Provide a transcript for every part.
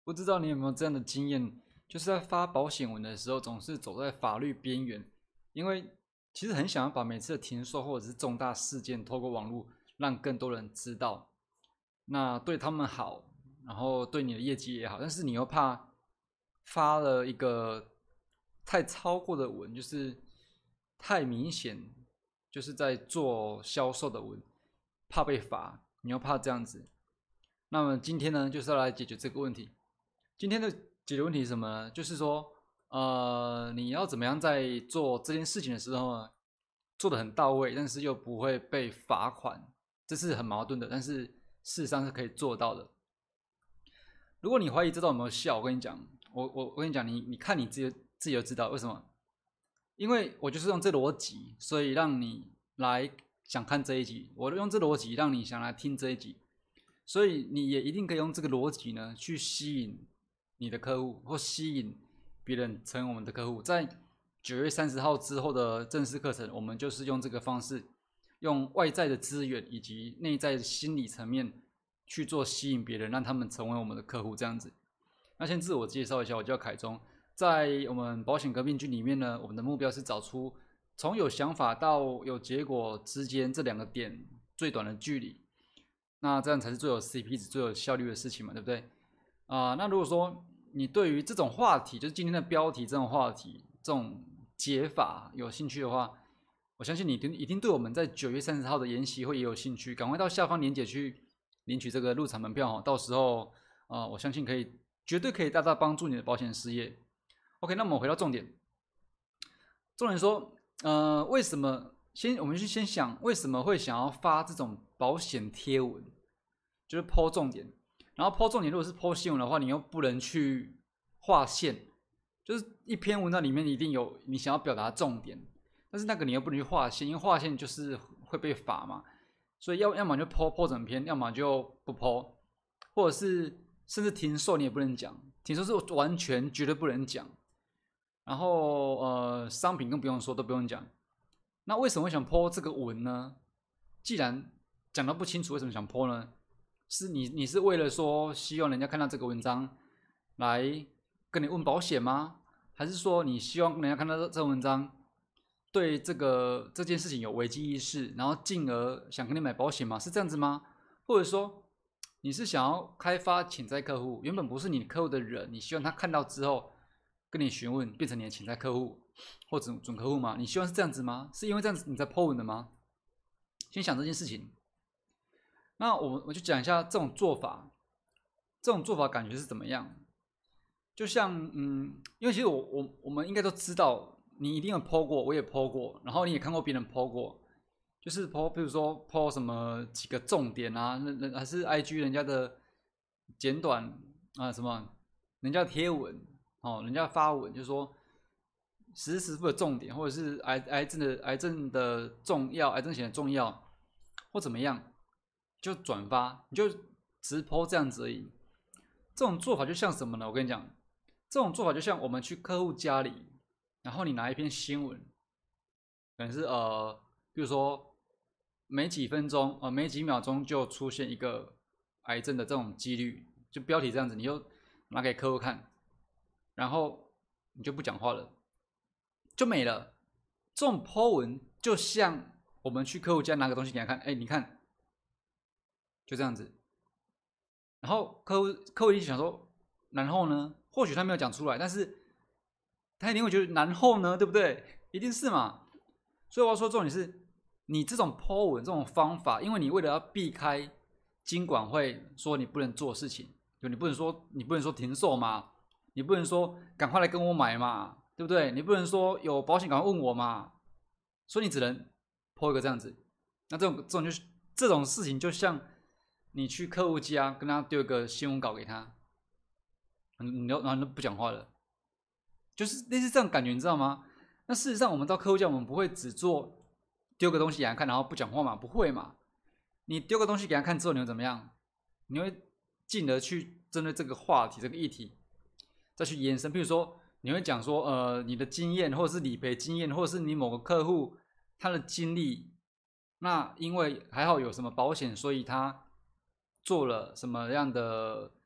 不知道你有没有这样的经验，就是在发保险文的时候，总是走在法律边缘，因为其实很想要把每次的停售或者是重大事件透过网络让更多人知道，那对他们好，然后对你的业绩也好，但是你又怕发了一个太超过的文，就是太明显，就是在做销售的文，怕被罚，你又怕这样子。那么今天呢，就是要来解决这个问题。今天的解决问题是什么呢？就是说，你要怎么样在做这件事情的时候呢，做的很到位，但是又不会被罚款，这是很矛盾的，但是事实上是可以做到的。如果你怀疑这招有没有效，我跟你讲，我跟你讲，你看你自己就知道为什么。因为我就是用这逻辑，所以让你来想看这一集，我用这逻辑让你想来听这一集，所以你也一定可以用这个逻辑呢去吸引你的客户，或吸引别人成为我们的客户。在9月30号之后的正式课程，我们就是用这个方式，用外在的资源以及内在的心理层面去做吸引别人，让他们成为我们的客户，这样子。那先自我介绍一下，我叫凯中。在我们保险革命军里面呢，我们的目标是找出从有想法到有结果之间这2个点最短的距离。那这样才是最有 CP 值、最有效率的事情嘛，对不对？那如果说你对于这种话题，就是今天的标题这种话题、这种解法有兴趣的话，我相信你一定对我们在9月30号的研习会也有兴趣。赶快到下方链接去领取这个入场门票，到时候我相信绝对可以大大帮助你的保险事业。OK， 那我们回到重点。重点说，为什么我们先想为什么会想要发这种保险贴文，就是 po 重点，然后 po 重点，如果是 po 新闻的话，你又不能去划线，就是一篇文章里面一定有你想要表达的重点，但是那个你又不能去划线，因为划线就是会被罚嘛，所以要么就 po 整篇，要么就不 po， 或者是甚至停售你也不能讲，停售是完全绝对不能讲。然后商品更不用说，都不用讲。那为什么会想 po 这个文呢？既然讲得不清楚，为什么想 po 呢？是你是为了说希望人家看到这个文章来跟你问保险吗？还是说你希望人家看到这文章对这件事情有危机意识，然后进而想跟你买保险吗？是这样子吗？或者说你是想要开发潜在客户，原本不是你客户的人，你希望他看到之后跟你询问，变成你的潜在客户或者准客户吗？你希望是这样子吗？是因为这样子你在 po 文的吗？先想这件事情。那我就讲一下这种做法，感觉是怎么样？就像因为其实我们应该都知道，你一定有 po 过，我也 po 过，然后你也看过别人 po 过，就是 po， 比如说 po 什么几个重点啊，还是 IG 人家的简短什么人家的贴文人家发文就说实时的重点，或者是癌症的重要，癌症险的重要，或怎么样，就转发，你就直 po 这样子而已。这种做法就像什么呢？我跟你讲，这种做法就像我们去客户家里，然后你拿一篇新闻，可能是比如说每几分钟每几秒钟就出现一个癌症的这种几率，就标题这样子，你就拿给客户看，然后你就不讲话了，就没了。这种 po 文就像我们去客户家拿个东西给他看，哎，你看，就这样子。然后客户一定想说，然后呢？或许他没有讲出来，但是他一定会觉得然后呢，对不对？一定是嘛。所以我要说重点是，你这种 po 文这种方法，因为你为了要避开金管会说你不能做事情，就你不能说停售嘛，你不能说赶快来跟我买嘛，对不对？你不能说有保险赶快问我嘛，所以你只能 po 一个这样子。那这种事情就像你去客户家跟他丢一个新闻稿给他，然后就不讲话了，就是类似这样感觉，你知道吗？那事实上，我们到客户家，我们不会只做丢个东西给他看，然后不讲话嘛？不会嘛？你丢个东西给他看之后，你会怎么样？你会进而去针对这个话题、这个议题再去延伸。比如说，你会讲说，你的经验，或者是理赔经验，或者是你某个客户他的经历，那因为还好有什么保险，所以他做了什么样的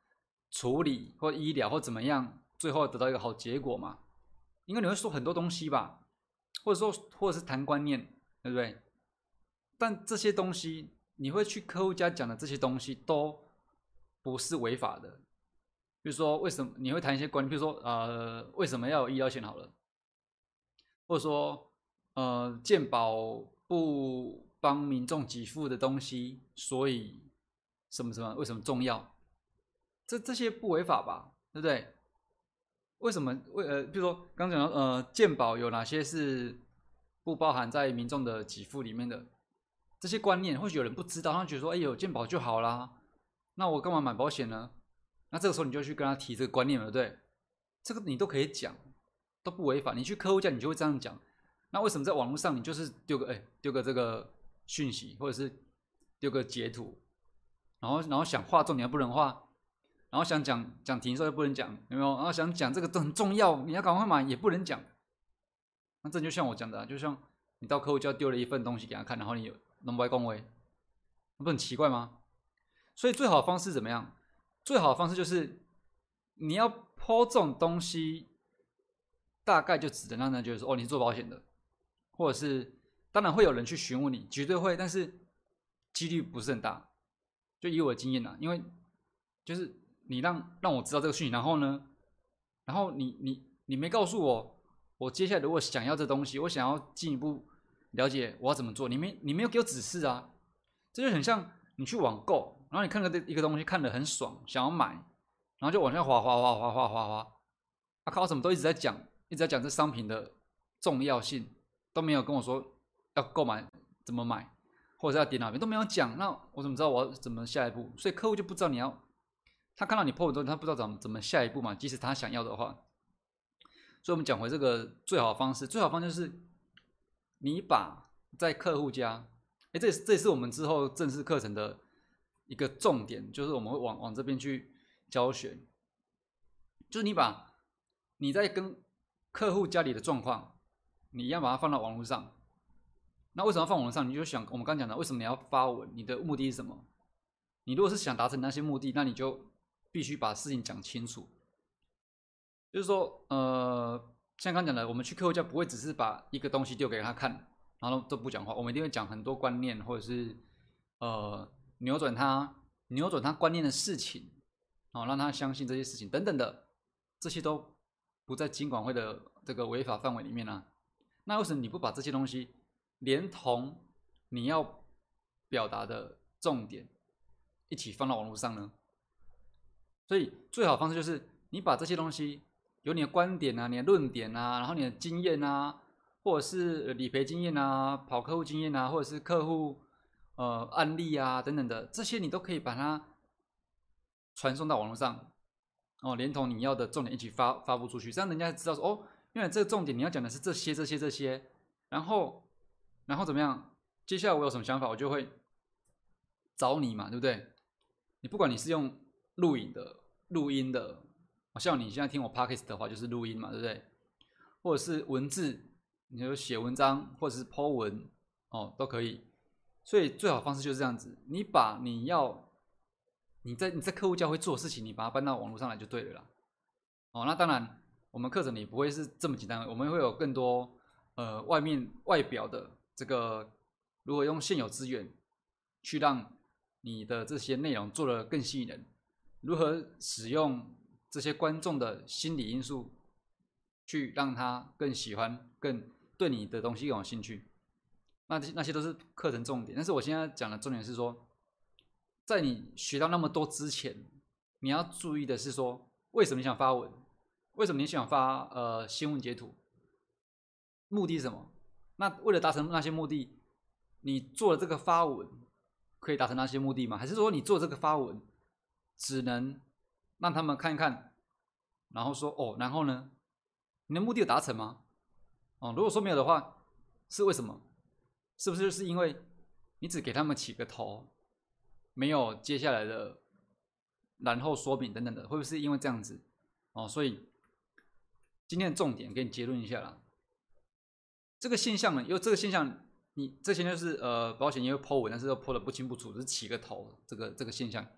处理或医疗或怎么样，最后得到一个好结果嘛？因为你会说很多东西吧，或者是谈观念，对不对？但这些东西，你会去客户家讲的这些东西都不是违法的。比如说，为什么你会谈一些观念？比如说，为什么要有医疗险好了？或者说，健保不帮民众给付的东西，所以什么什么为什么重要？这些不违法吧？对不对？为什么比如说刚讲到健保有哪些是不包含在民众的给付里面的？这些观念，或许有人不知道，他觉得说，哎，有健保就好啦，那我干嘛买保险呢？那这个时候你就去跟他提这个观念了，对不对？这个你都可以讲，都不违法。你去客户家，你就会这样讲。那为什么在网络上你就是丢个这个讯息，或者是丢个截图，然后想画重点又不能画，然后想讲停售又不能讲，有没有？然后想讲这个都很重要，你要赶快买也不能讲。那这就像我讲的，就像你到客户家丢了一份东西给他看，然后你有能不爱恭维，那不很奇怪吗？所以最好的方式怎么样？最好的方式就是你要抛这种东西，大概就只能让人觉得说，哦，你是做保险的。或者是当然会有人去询问你，绝对会，但是几率不是很大。就以我的经验啦，因为就是你让我知道这个讯息，然后呢，然后你没告诉我，我接下来如果想要这东西，我想要进一步了解我要怎么做，你没有给我指示啊，这就很像你去网购，然后你看了一个东西看得很爽，想要买，然后就往下滑，啊靠，什么都一直在讲这商品的重要性。都没有跟我说要购买怎么买，或者是要点哪边都没有讲，那我怎么知道我要怎么下一步？所以客户就不知道他看到你 po 文之后，他不知道怎么下一步嘛。即使他想要的话，所以我们讲回这个最好的方式，最好的方式就是你把在客户家，这也是我们之后正式课程的一个重点，就是我们会往这边去教学，就是你在跟客户家里的状况。你一样把它放到网络上，那为什么要放网络上？你就想我们刚讲的，为什么你要发文？你的目的是什么？你如果是想达成那些目的，那你就必须把事情讲清楚。就是说，像刚讲的，我们去客户家不会只是把一个东西丢给他看，然后都不讲话，我们一定会讲很多观念，或者是扭转他观念的事情，让他相信这些事情等等的，这些都不在金管会的这个违法范围里面啊。那为什么你不把这些东西连同你要表达的重点一起放到网络上呢？所以最好的方式就是你把这些东西，有你的观点啊、你的论点啊，然后你的经验啊，或者是理赔经验啊、跑客户经验啊，或者是客户案例啊等等的，这些你都可以把它传送到网络上，连同你要的重点一起发布出去，这样人家知道说哦。因为这个重点你要讲的是这些，然后怎么样？接下来我有什么想法，我就会找你嘛，对不对？你不管你是用录音的，像你现在听我 podcast 的话，就是录音嘛，对不对？或者是文字，你就写文章或者是 po 文都可以。所以最好的方式就是这样子，你把你在客户家会做的事情，你把它搬到网络上来就对了啦。那当然。我们课程里不会是这么简单，我们会有更多外表的这个如何用现有资源去让你的这些内容做得更吸引人，如何使用这些观众的心理因素去让他更喜欢、更对你的东西更有兴趣，那些都是课程重点。但是我现在讲的重点是说，在你学到那么多之前，你要注意的是说，为什么你想发文？为什么你想发新闻截图？目的是什么？那为了达成那些目的，你做了这个发文可以达成那些目的吗？还是说你做这个发文只能让他们看一看，然后说哦，然后呢？你的目的有达成吗？如果说没有的话，是为什么？是不是就是因为你只给他们起个头，没有接下来的然后说明等等的？会不会是因为这样子？所以。今天的重点给你结论一下啦。这个现象呢，因为这个现象，你这些就是保险业会 po 文，但是又 po 的不清不楚，只是起个头。这个现象，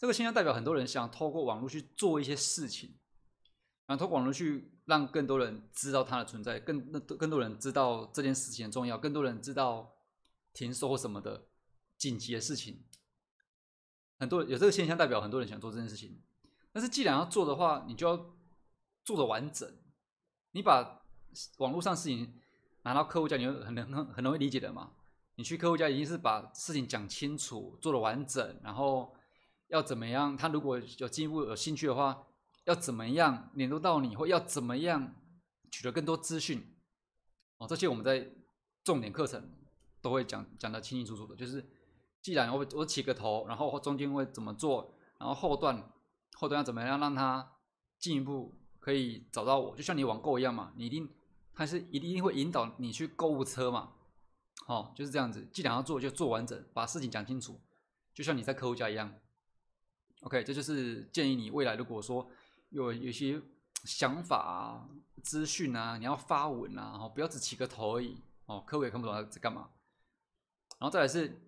这个现象代表很多人想透过网络去做一些事情，然后透过网络去让更多人知道它的存在，更多人知道这件事情的重要，更多人知道停售或什么的紧急的事情。很多有这个现象，代表很多人想做这件事情。但是既然要做的话，你就要做的完整。你把网络上事情拿到客户家，你很容易理解的嘛。你去客户家一定是把事情讲清楚，做的完整，然后要怎么样？他如果有进一步有兴趣的话，要怎么样联络到你，或要怎么样取得更多资讯哦？这些我们在重点课程都会讲得清清楚楚的。就是既然我起个头，然后中间会怎么做，然后后段要怎么样让他进一步可以找到我，就像你网购一样嘛，你一定会引导你去购物车嘛。哦，就是这样子。既然要做，就做完整，把事情讲清楚，就像你在客户家一样。OK， 这就是建议你未来如果说有些想法啊、资讯啊，你要发文啊，不要只起个头而已哦，客户也看不懂他在干嘛。然后再来是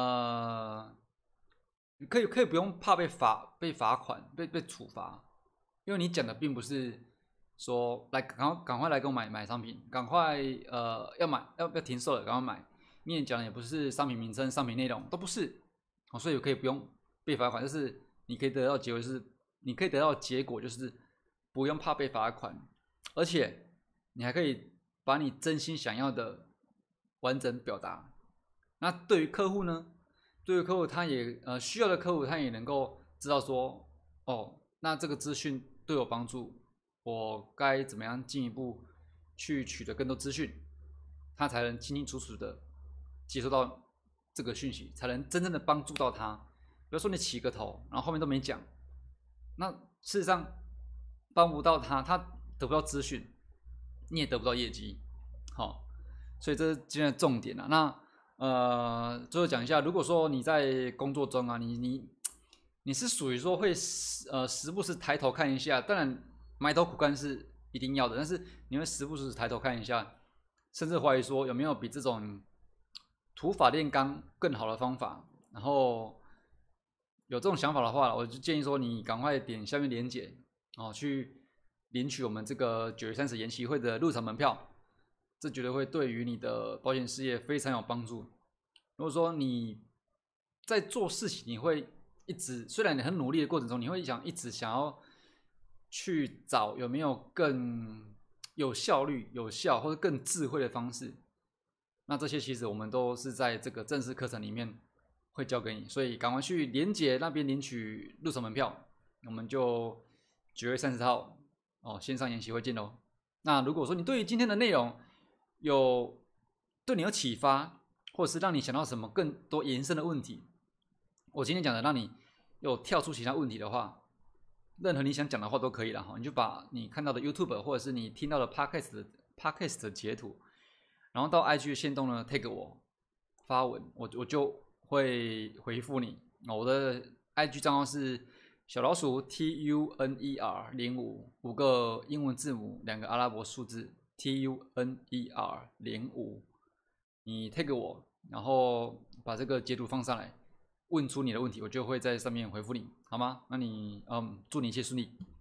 可以不用怕被罚款、被处罚，因为你讲的并不是说来赶快来跟我买商品，赶快要停售了，赶快买。你也讲的也不是商品名称、商品内容，都不是哦，所以可以不用被罚款，就是你可以得到结果就是不用怕被罚款，而且你还可以把你真心想要的完整表达。那对于客户呢？对于客户，他也需要的客户，他也能够知道说，哦，那这个资讯对我帮助，我该怎么样进一步去取得更多资讯，他才能清清楚楚的接收到这个讯息，才能真正的帮助到他。比如说你起个头，然后后面都没讲，那事实上帮不到他，他得不到资讯，你也得不到业绩。好，所以这是今天的重点啊。那最后讲一下，如果说你在工作中啊，你是属于说会时不时抬头看一下，当然埋头苦干是一定要的，但是你会时不时抬头看一下，甚至怀疑说有没有比这种土法炼钢更好的方法。然后有这种想法的话，我就建议说你赶快点下面连结哦，去领取我们这个9月30研习会的入场门票。这绝对会对于你的保险事业非常有帮助。如果说你在做事情，你会一直，虽然你很努力的过程中，你会一直想要去找有没有更有效率、有效或者更智慧的方式。那这些其实我们都是在这个正式课程里面会教给你，所以赶快去连结那边领取入场门票。我们就9月30号哦，线上研习会见喽。那如果说你对于今天的内容对你有启发，或者是让你想到什么更多延伸的问题，我今天讲的让你有跳出其他问题的话，任何你想讲的话都可以了哈。你就把你看到的 YouTube 或者是你听到的 Podcast 的截图，然后到 IG 的限动呢 tag 我发文，我就会回复你。我的 IG 账号是小老鼠 TUNER05， 5个英文字母2个阿拉伯数字。TUNER05，你 tag 我，然后把这个截图放上来，问出你的问题，我就会在上面回复你，好吗？那你祝你一切顺利。